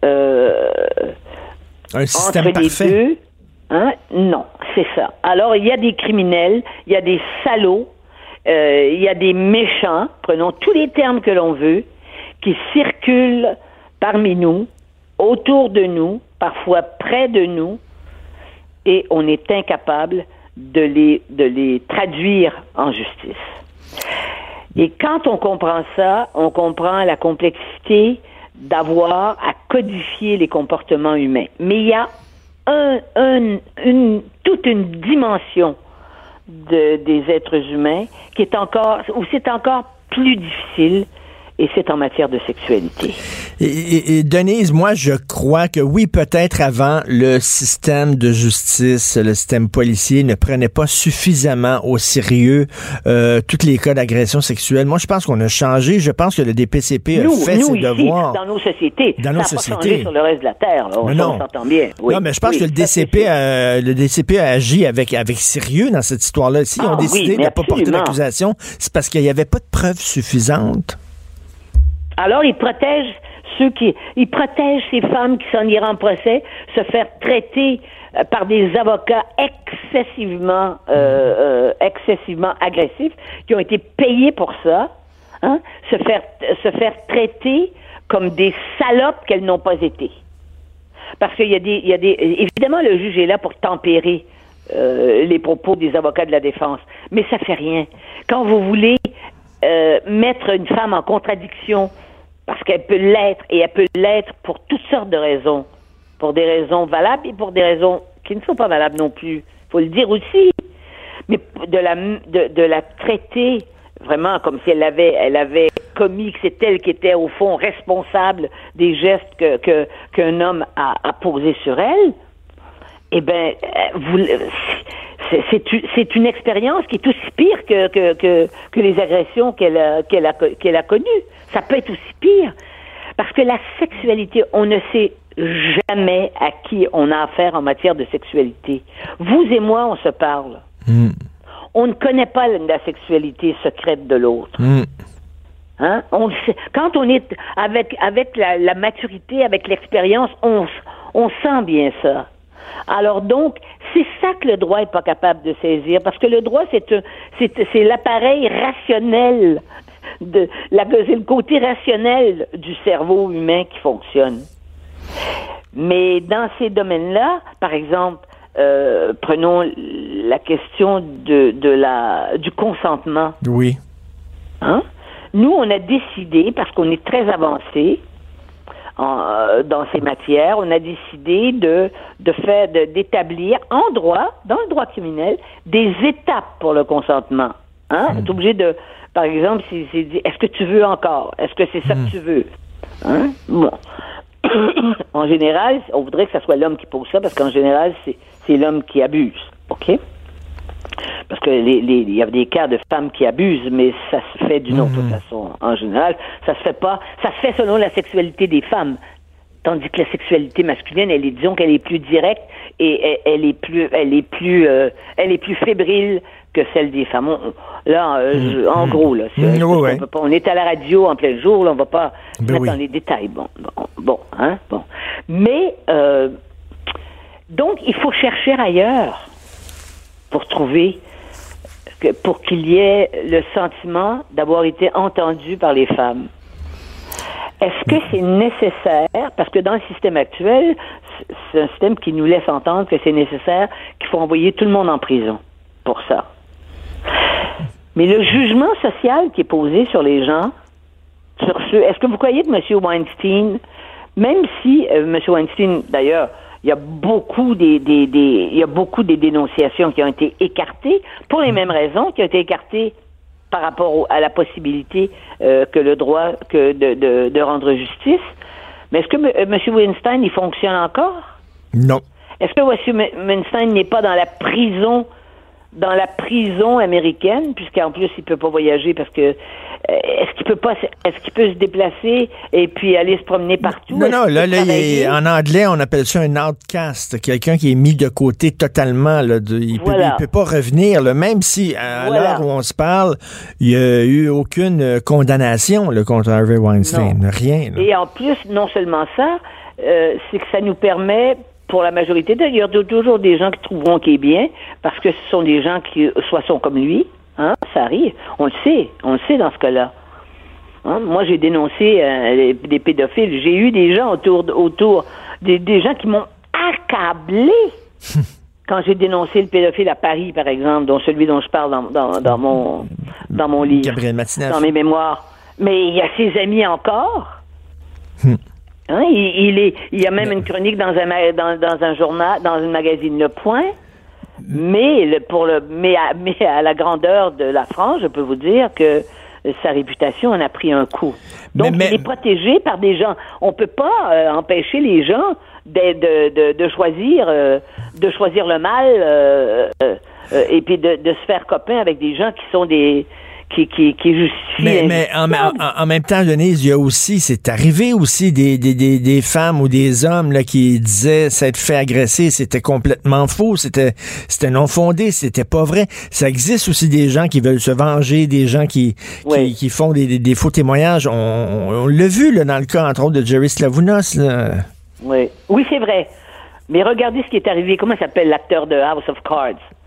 un système entre les parfait. deux. Hein? Non, c'est ça. Alors, il y a des criminels, il y a des salauds, il y a des méchants, prenons tous les termes que l'on veut, qui circulent parmi nous, autour de nous, parfois près de nous, et on est incapable de les traduire en justice. Et quand on comprend ça, on comprend la complexité d'avoir à codifier les comportements humains. Mais il y a toute une dimension des êtres humains où c'est encore plus difficile, et c'est en matière de sexualité. Et Denise, moi, je crois que oui, peut-être avant, le système de justice, le système policier ne prenait pas suffisamment au sérieux tous les cas d'agression sexuelle. Moi, je pense qu'on a changé. Je pense que le DPCP a fait ses devoirs. Dans nos sociétés. Dans nos sociétés. Ça n'a pas changé sur le reste de la Terre. Là. On s'entend bien. Oui. Non, mais je pense que le DCP a agi avec sérieux dans cette histoire-là. S'ils ont décidé de ne pas porter l'accusation, c'est parce qu'il n'y avait pas de preuves suffisantes. Alors, ils protègent ces femmes qui s'en iraient en procès, se faire traiter par des avocats excessivement agressifs, qui ont été payés pour ça, hein, se faire traiter comme des salopes qu'elles n'ont pas été. Parce qu'il y a des évidemment, le juge est là pour tempérer les propos des avocats de la défense, mais ça fait rien. Quand vous voulez mettre une femme en contradiction, parce qu'elle peut l'être, et elle peut l'être pour toutes sortes de raisons, pour des raisons valables et pour des raisons qui ne sont pas valables non plus, il faut le dire aussi, mais de la traiter vraiment comme si elle avait commis, que c'est elle qui était au fond responsable des gestes qu'un homme a posés sur elle, eh bien, c'est une expérience qui est aussi pire que les agressions qu'elle a connues. Ça peut être aussi pire. Parce que la sexualité, on ne sait jamais à qui on a affaire en matière de sexualité. Vous et moi, on se parle. On ne connaît pas la sexualité secrète de l'autre. Hein? Quand on est avec la maturité, avec l'expérience, on sent bien ça. Alors donc, c'est ça que le droit n'est pas capable de saisir, parce que le droit, c'est l'appareil rationnel, c'est le côté rationnel du cerveau humain qui fonctionne. Mais dans ces domaines-là, par exemple, prenons la question du consentement. Oui. Hein? Nous, on a décidé, parce qu'on est très avancé dans ces matières, on a décidé d'établir en droit, dans le droit criminel, des étapes pour le consentement. Hein? On est obligé de, par exemple, c'est dit, est-ce que tu veux encore? Est-ce que c'est ça que tu veux? Hein? Bon. En général, on voudrait que ce soit l'homme qui pose ça, parce qu'en général, c'est l'homme qui abuse. OK? Parce que il y a des cas de femmes qui abusent, mais ça se fait d'une autre façon. En général, ça se fait pas. Ça se fait selon la sexualité des femmes, tandis que la sexualité masculine, disons qu'elle est plus directe et elle est plus fébrile que celle des femmes. En gros, là, on est à la radio en plein jour, là, on va pas se mettre dans les détails. Bon. Mais donc, il faut chercher ailleurs pour trouver, pour qu'il y ait le sentiment d'avoir été entendu par les femmes. Est-ce que c'est nécessaire, parce que dans le système actuel, c'est un système qui nous laisse entendre que c'est nécessaire, qu'il faut envoyer tout le monde en prison pour ça. Mais le jugement social qui est posé sur les gens, est-ce que vous croyez que M. Weinstein, même si M. Weinstein, d'ailleurs, il y a beaucoup des dénonciations qui ont été écartées pour les mêmes raisons, qui ont été écartées par rapport à la possibilité que le droit de rendre justice. Mais est-ce que M. Weinstein, il fonctionne encore? Non. Est-ce que M. Weinstein n'est pas dans la prison américaine, puisqu'en plus il peut pas voyager parce que est-ce qu'il peut se déplacer et puis aller se promener partout? Non, là, en anglais, on appelle ça un outcast, quelqu'un qui est mis de côté totalement. Là, il peut pas revenir, là, même si à l'heure où on se parle, il n'y a eu aucune condamnation là, contre Harvey Weinstein, rien. Là. Et en plus, non seulement ça, c'est que ça nous permet, pour la majorité, il y a toujours des gens qui trouveront qu'il est bien, parce que ce sont des gens qui soit sont comme lui. Hein, ça arrive. On le sait dans ce cas-là. Hein? Moi, j'ai dénoncé des pédophiles. J'ai eu des gens autour des gens qui m'ont accablé quand j'ai dénoncé le pédophile à Paris, par exemple, dont celui dont je parle dans mon livre, Gabriel Matineff, dans mes mémoires. Mais il y a ses amis encore. Hein? Il y a même une chronique dans un journal, dans une magazine Le Point. Mais à la grandeur de la France, je peux vous dire que sa réputation en a pris un coup. Donc, il est protégé par des gens. On peut pas empêcher les gens de choisir le mal et puis de se faire copain avec des gens qui sont qui justifient. Mais en même temps, Denise, il y a aussi, c'est arrivé aussi des femmes ou des hommes là qui disaient s'être fait agresser, c'était complètement faux, c'était non fondé, c'était pas vrai. Ça existe aussi des gens qui veulent se venger, des gens qui font des faux témoignages. On l'a vu là dans le cas entre autres de Jerry Slavounos là. Oui, c'est vrai. Mais regardez ce qui est arrivé. Comment s'appelle l'acteur de House of Cards?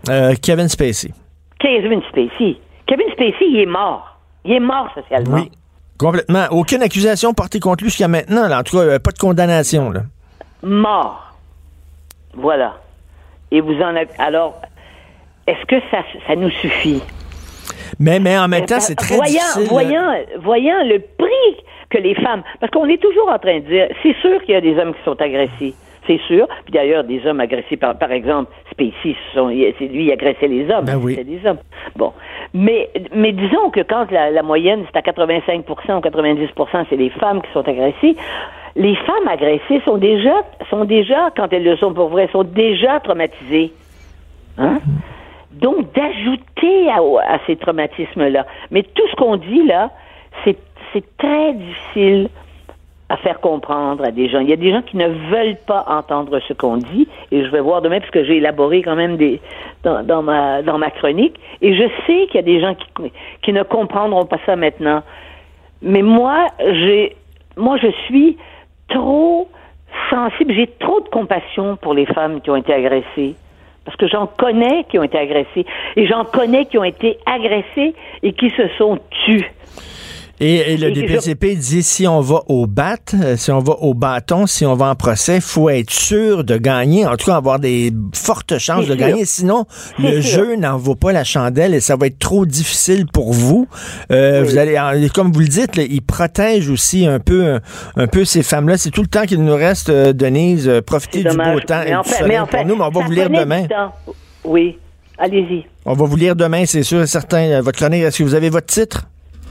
Kevin Spacey. Kevin Spacey, il est mort. Il est mort socialement. Oui, complètement. Aucune accusation portée contre lui jusqu'à maintenant. Là. En tout cas, pas de condamnation. Là. Mort. Voilà. Et vous en avez... Alors, est-ce que ça nous suffit? Mais en même temps, c'est très difficile. Voyant le prix que les femmes... Parce qu'on est toujours en train de dire, c'est sûr qu'il y a des hommes qui sont agressés. C'est sûr. Puis d'ailleurs, des hommes agressés par exemple, Spacey, c'est lui qui agressait les hommes. Ben oui. C'est des hommes. Bon. Mais disons que quand la moyenne, c'est à 85% ou 90%, c'est les femmes qui sont agressées. Les femmes agressées sont déjà, quand elles le sont pour vrai, sont déjà traumatisées. Hein? Donc, d'ajouter à ces traumatismes-là. Mais tout ce qu'on dit, là, c'est très difficile à faire comprendre à des gens. Il y a des gens qui ne veulent pas entendre ce qu'on dit, et je vais voir demain, parce que j'ai élaboré quand même dans ma chronique, et je sais qu'il y a des gens qui ne comprendront pas ça maintenant. Mais moi, je suis trop sensible, j'ai trop de compassion pour les femmes qui ont été agressées. Parce que j'en connais qui ont été agressés. Et j'en connais qui ont été agressés et qui se sont tus. Et le DPCP dit, si on va au si on va au bâton, si on va en procès, il faut être sûr de gagner, en tout cas avoir des fortes chances de gagner, sinon le jeu n'en vaut pas la chandelle et ça va être trop difficile pour vous. Vous allez, comme vous le dites, là, ils protègent aussi un peu ces femmes-là. C'est tout le temps qu'il nous reste, Denise, profitez du beau temps et du soleil pour nous, mais on va vous lire demain. Oui, allez-y. On va vous lire demain, c'est sûr et certain. Votre chronique, est-ce que vous avez votre titre?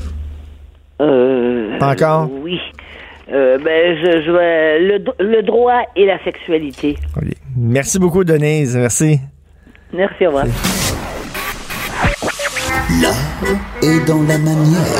Pas encore? Oui. Je vais le droit et la sexualité. Okay. Merci beaucoup, Denise. Merci. Merci, au revoir. L'art est dans la manière.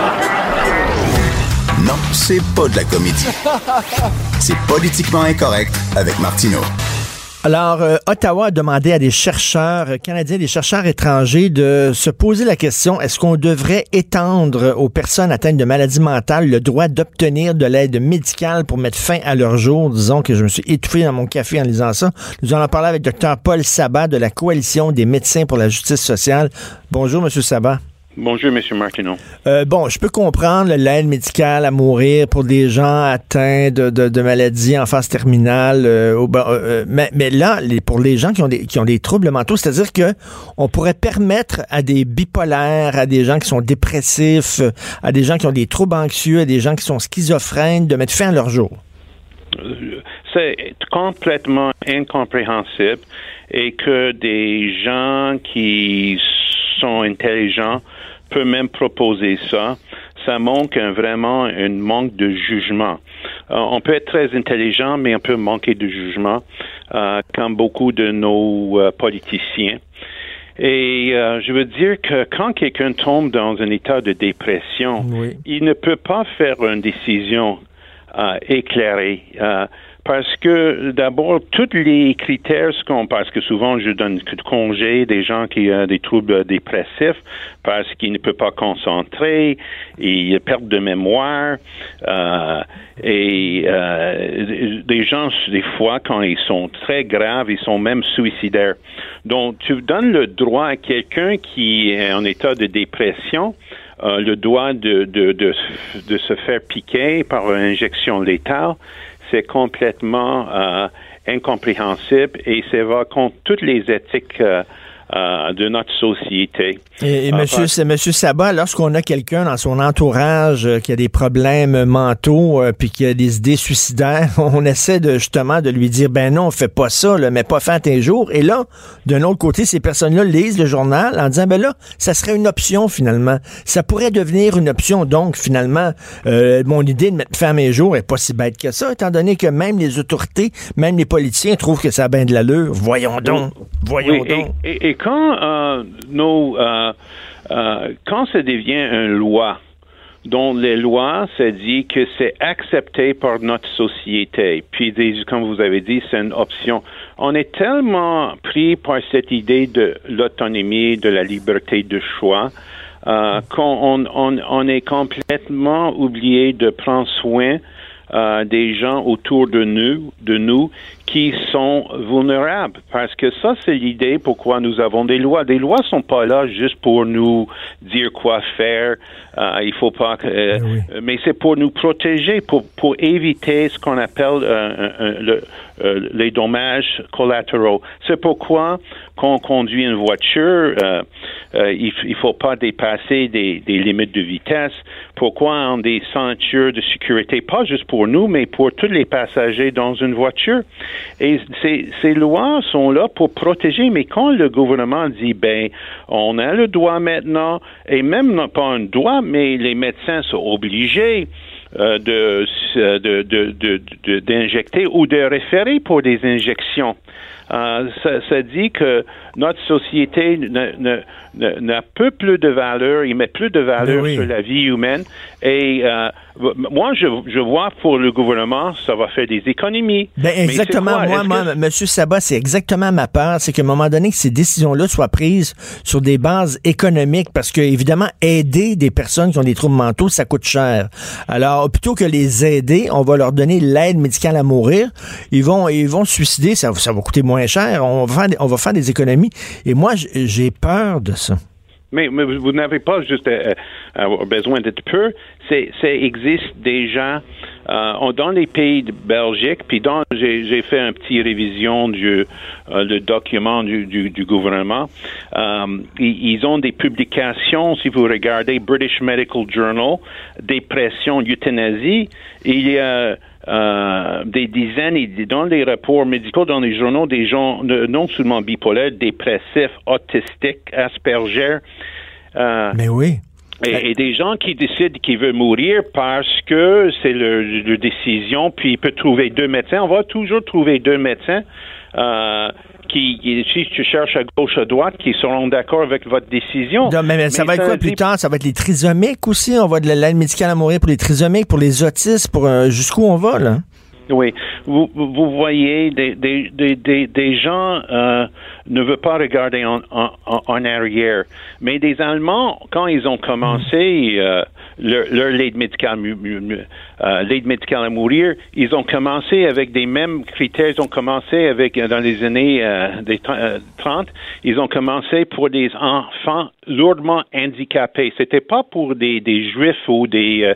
Non, c'est pas de la comédie. C'est Politiquement Incorrect avec Martineau. Alors, Ottawa a demandé à des chercheurs canadiens, des chercheurs étrangers de se poser la question, est-ce qu'on devrait étendre aux personnes atteintes de maladies mentales le droit d'obtenir de l'aide médicale pour mettre fin à leur jour? Disons que je me suis étouffé dans mon café en lisant ça. Nous allons parler avec Dr Paul Sabat de la Coalition des médecins pour la justice sociale. Bonjour, M. Sabat. Bonjour, M. Martineau. Je peux comprendre l'aide médicale à mourir pour des gens atteints de maladies en phase terminale, mais là, pour les gens qui ont des troubles mentaux, c'est-à-dire que on pourrait permettre à des bipolaires, à des gens qui sont dépressifs, à des gens qui ont des troubles anxieux, à des gens qui sont schizophrènes, de mettre fin à leur jour. C'est complètement incompréhensible et que des gens qui sont intelligents peuvent même proposer ça. Ça montre vraiment un manque de jugement. On peut être très intelligent, mais on peut manquer de jugement, comme beaucoup de nos politiciens. Et je veux dire que quand quelqu'un tombe dans un état de dépression, oui, il ne peut pas faire une décision éclairée. Parce que, d'abord, tous les critères, parce que souvent je donne de congé des gens qui ont des troubles dépressifs, parce qu'ils ne peuvent pas concentrer, ils perdent de mémoire, et des gens, des fois, quand ils sont très graves, ils sont même suicidaires. Donc, tu donnes le droit à quelqu'un qui est en état de dépression, le droit de se faire piquer par une injection létale. C'est complètement incompréhensible et ça va contre toutes les éthiques de notre société. Et Monsieur Sabat, lorsqu'on a quelqu'un dans son entourage qui a des problèmes mentaux puis qui a des idées suicidaires, on essaie justement de lui dire, ben non, fais pas ça, là, mets pas fin à tes jours. Et là, d'un autre côté, ces personnes-là lisent le journal en disant, ben là, ça serait une option finalement. Ça pourrait devenir une option. Donc, finalement, mon idée de mettre fin à mes jours est pas si bête que ça, étant donné que même les autorités, même les politiciens trouvent que ça a bien de l'allure. Voyons donc. Et quand quand ça devient une loi, dont les lois, ça dit que c'est accepté par notre société, puis comme vous avez dit, c'est une option. On est tellement pris par cette idée de l'autonomie, de la liberté de choix, qu'on est complètement oublié de prendre soin des gens autour de nous qui sont vulnérables. Parce que ça, c'est l'idée pourquoi nous avons des lois. Des lois sont pas là juste pour nous dire quoi faire. Il faut pas. Mais c'est pour nous protéger, pour éviter ce qu'on appelle les dommages collatéraux. C'est pourquoi quand on conduit une voiture, il faut pas dépasser des limites de vitesse. Pourquoi on a des ceintures de sécurité, pas juste pour nous, mais pour tous les passagers dans une voiture. Et ces lois sont là pour protéger, mais quand le gouvernement dit, on a le droit maintenant, et même pas un droit, mais les médecins sont obligés d'injecter ou de référer pour des injections. Ça dit que notre société n'a plus de valeur, il met plus de valeur sur la vie humaine. Et moi, je vois pour le gouvernement, ça va faire des économies. Exactement. Moi, M. Sabat, c'est exactement ma peur. C'est qu'à un moment donné, que ces décisions-là soient prises sur des bases économiques, parce que, évidemment, aider des personnes qui ont des troubles mentaux, ça coûte cher. Alors, plutôt que les aider, on va leur donner l'aide médicale à mourir. Ils vont se suicider, ça va coûter moins cher. On va faire des économies. Et moi, j'ai peur de ça. Mais vous n'avez pas juste besoin d'être peur. Ça existe déjà dans les pays de Belgique. Puis j'ai fait une petite révision le document du gouvernement. Ils ont des publications, si vous regardez British Medical Journal, dépression, euthanasie. Il y a des dizaines, dans les rapports médicaux, dans les journaux, des gens non seulement bipolaires, dépressifs, autistiques, Asperger. Mais oui. Et des gens qui décident qu'ils veulent mourir parce que c'est leur décision, puis ils peuvent trouver 2 médecins. On va toujours trouver 2 médecins si tu cherches à gauche, à droite, qui seront d'accord avec votre décision. Non, mais ça va être quoi plus tard? Ça va être les trisomiques aussi? On va de l'aide médicale à mourir pour les trisomiques, pour les autistes, jusqu'où on va, là? Oui. Vous voyez, des gens ne veulent pas regarder en arrière. Mais des Allemands, quand ils ont commencé leur l'aide médicale à mourir, ils ont commencé avec des mêmes critères. Ils ont commencé dans les années 30, ils ont commencé pour des enfants lourdement handicapés. C'était pas pour des Juifs ou des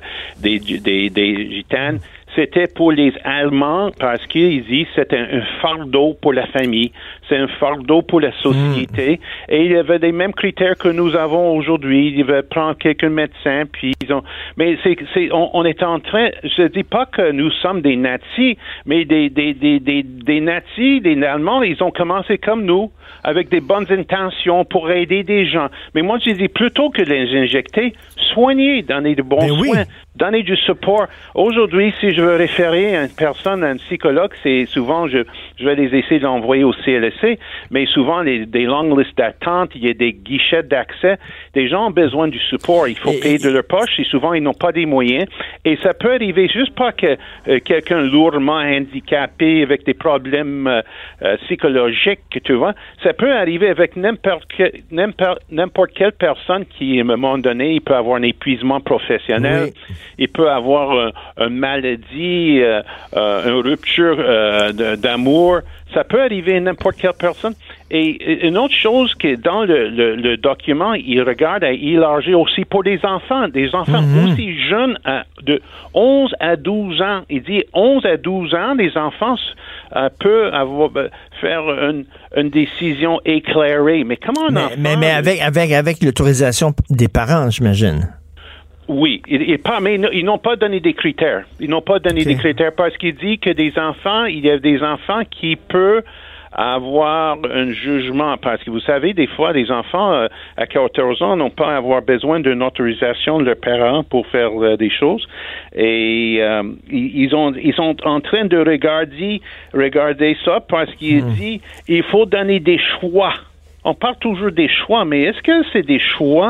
Gitanes. C'était pour les Allemands parce qu'ils disent que c'était un fardeau pour la famille, c'est un fardeau pour la société. Et il y avait les mêmes critères que nous avons aujourd'hui. Ils veulent prendre quelques médecins, puis mais on est en train. Je dis pas que nous sommes des nazis, mais des nazis, des Allemands, ils ont commencé comme nous, avec des bonnes intentions pour aider des gens. Mais moi, je dis plutôt que les injecter, soigner, donner de bons soins, donner du support. Aujourd'hui, si je veux référer à une personne, à un psychologue, c'est souvent, je vais les essayer de l'envoyer au CLSC, mais souvent, des longues listes d'attente, il y a des guichets d'accès. Des gens ont besoin du support. Il faut payer de leur poche et souvent, ils n'ont pas des moyens. Et ça peut arriver juste pas que quelqu'un lourdement handicapé avec des problèmes psychologiques, tu vois. Ça peut arriver avec n'importe quelle personne qui, à un moment donné, il peut avoir un épuisement professionnel, il peut avoir une maladie, une rupture d'amour. Ça peut arriver à n'importe quelle personne. Et une autre chose qui est dans le document, il regarde à élargir aussi pour des enfants aussi jeunes, de 11 à 12 ans. Il dit 11 à 12 ans, les enfants peuvent faire une décision éclairée. Mais comment un enfant... Mais avec l'autorisation des parents, j'imagine. Oui, mais ils n'ont pas donné des critères. Ils n'ont pas donné des critères parce qu'il dit que il y a des enfants qui peuvent avoir un jugement. Parce que vous savez, des fois, les enfants à 14 ans n'ont pas à avoir besoin d'une autorisation de leurs parents pour faire des choses. Et ils sont en train de regarder ça parce qu'il dit il faut donner des choix. On parle toujours des choix, mais est-ce que c'est des choix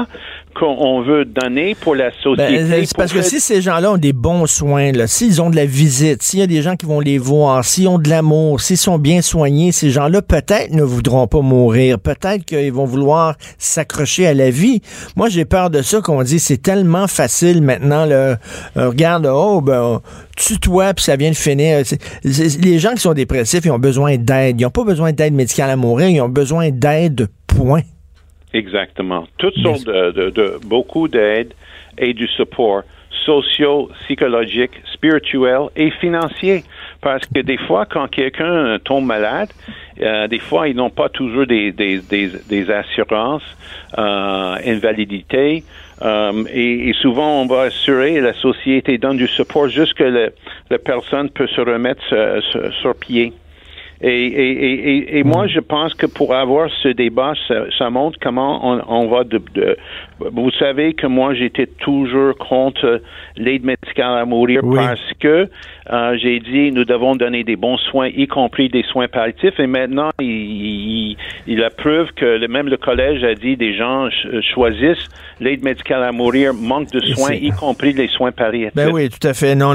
qu'on veut donner pour la société. C'est parce que si ces gens-là ont des bons soins, là, s'ils ont de la visite, s'il y a des gens qui vont les voir, s'ils ont de l'amour, s'ils sont bien soignés, ces gens-là peut-être ne voudront pas mourir. Peut-être qu'ils vont vouloir s'accrocher à la vie. Moi, j'ai peur de ça qu'on dit c'est tellement facile maintenant. Là, regarde, tue-toi puis ça vient de finir. Les gens qui sont dépressifs, ils ont besoin d'aide. Ils n'ont pas besoin d'aide médicale à mourir, ils ont besoin d'aide, point. Exactement. Toutes sortes beaucoup d'aide et du support socio, psychologique, spirituel et financier. Parce que des fois, quand quelqu'un tombe malade, des fois, ils n'ont pas toujours des assurances, invalidité, et souvent, on va assurer, la société donne du support jusque la personne peut se remettre sur pied. Et moi, je pense que pour avoir ce débat, ça montre comment on va vous savez que moi, j'étais toujours contre l'aide médicale à mourir parce que j'ai dit, nous devons donner des bons soins, y compris des soins palliatifs. Et maintenant, il a preuve que même le collège a dit des gens choisissent l'aide médicale à mourir, manque de soins, y compris les soins palliatifs. Ben oui, tout à fait. Non,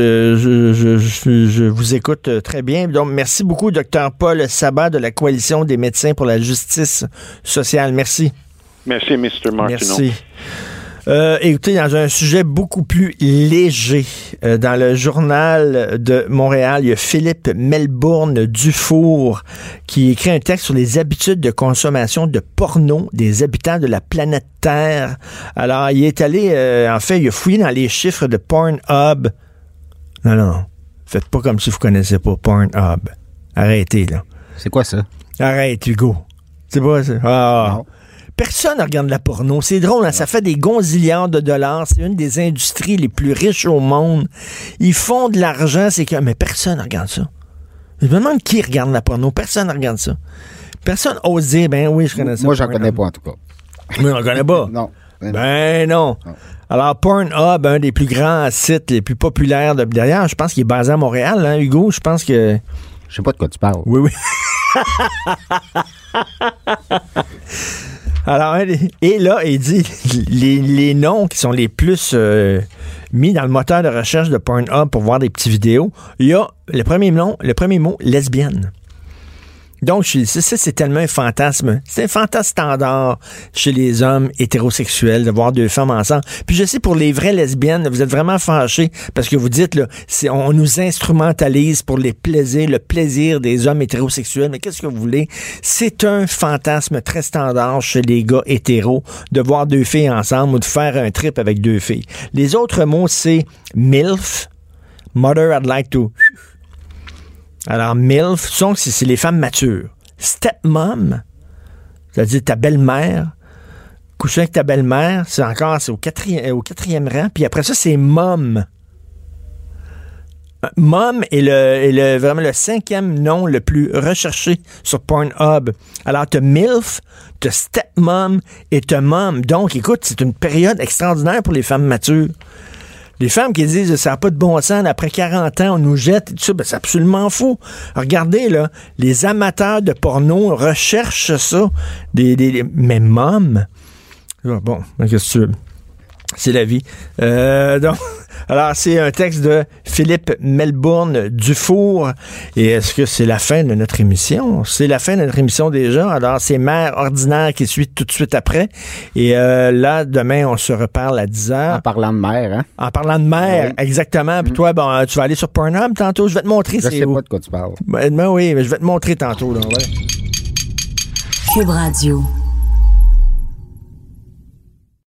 je vous écoute très bien. Donc, merci beaucoup, Dr. Paul Sabat de la Coalition des médecins pour la justice sociale. Merci. Merci, Mr. Martineau. Merci. Écoutez, dans un sujet beaucoup plus léger, dans le journal de Montréal, il y a Philippe Melbourne Dufour qui écrit un texte sur les habitudes de consommation de porno des habitants de la planète Terre. Alors, il est allé, en fait, il a fouillé dans les chiffres de Pornhub. Non, faites pas comme si vous connaissez pas Pornhub. Arrêtez, là. C'est quoi ça? Arrête, Hugo. C'est pas ça. Non. Personne ne regarde la porno. C'est drôle, hein? Ça fait des gonzillards de dollars. C'est une des industries les plus riches au monde. Ils font de l'argent, mais personne ne regarde ça. Je me demande qui regarde la porno. Personne ne regarde ça. Personne ose dire, ben oui, je connais ça. Moi, j'en connais pas, en tout cas. Moi, j'en connais pas. Non. Ben non. Alors, Pornhub, un des plus grands sites les plus populaires d'ailleurs, je pense qu'il est basé à Montréal, hein, Hugo? Je pense que... Je sais pas de quoi tu parles. Oui. Alors, et là, il dit les noms qui sont les plus mis dans le moteur de recherche de Pornhub pour voir des petites vidéos. Il y a le premier mot, lesbienne. Donc, c'est tellement un fantasme. C'est un fantasme standard chez les hommes hétérosexuels de voir deux femmes ensemble. Puis je sais, pour les vraies lesbiennes, vous êtes vraiment fâchés parce que vous dites, là, on nous instrumentalise pour le plaisir des hommes hétérosexuels. Mais qu'est-ce que vous voulez? C'est un fantasme très standard chez les gars hétéros de voir deux filles ensemble ou de faire un trip avec deux filles. Les autres mots, c'est MILF, Mother I'd Like to... Alors, MILF, c'est les femmes matures. Stepmom, c'est-à-dire ta belle-mère, coucher avec ta belle-mère, c'est au quatrième rang. Puis après ça, c'est mom. Mom est vraiment le 5e nom le plus recherché sur Pornhub. Alors, t'as MILF, t'as Stepmom et t'as mom. Donc, écoute, c'est une période extraordinaire pour les femmes matures. Les femmes qui disent ça n'a pas de bon sens, après 40 ans, on nous jette, et tout ça, ben, c'est absolument faux. Regardez, là, les amateurs de porno recherchent ça. Mais mom, bon, qu'est-ce que tu veux? C'est la vie. Donc, alors, c'est un texte de Philippe Melbourne Dufour. Et est-ce que c'est la fin de notre émission? C'est la fin de notre émission déjà. Alors, c'est Mère ordinaire qui suit tout de suite après. Et là, demain, on se reparle à 10h. En parlant de mère, hein? En parlant de mère, oui. Exactement. Puis toi, bon, tu vas aller sur Pornhub tantôt. Je vais te montrer. Je sais pas de quoi tu parles. Ben oui, mais je vais te montrer tantôt. Là, ouais. Cube Radio.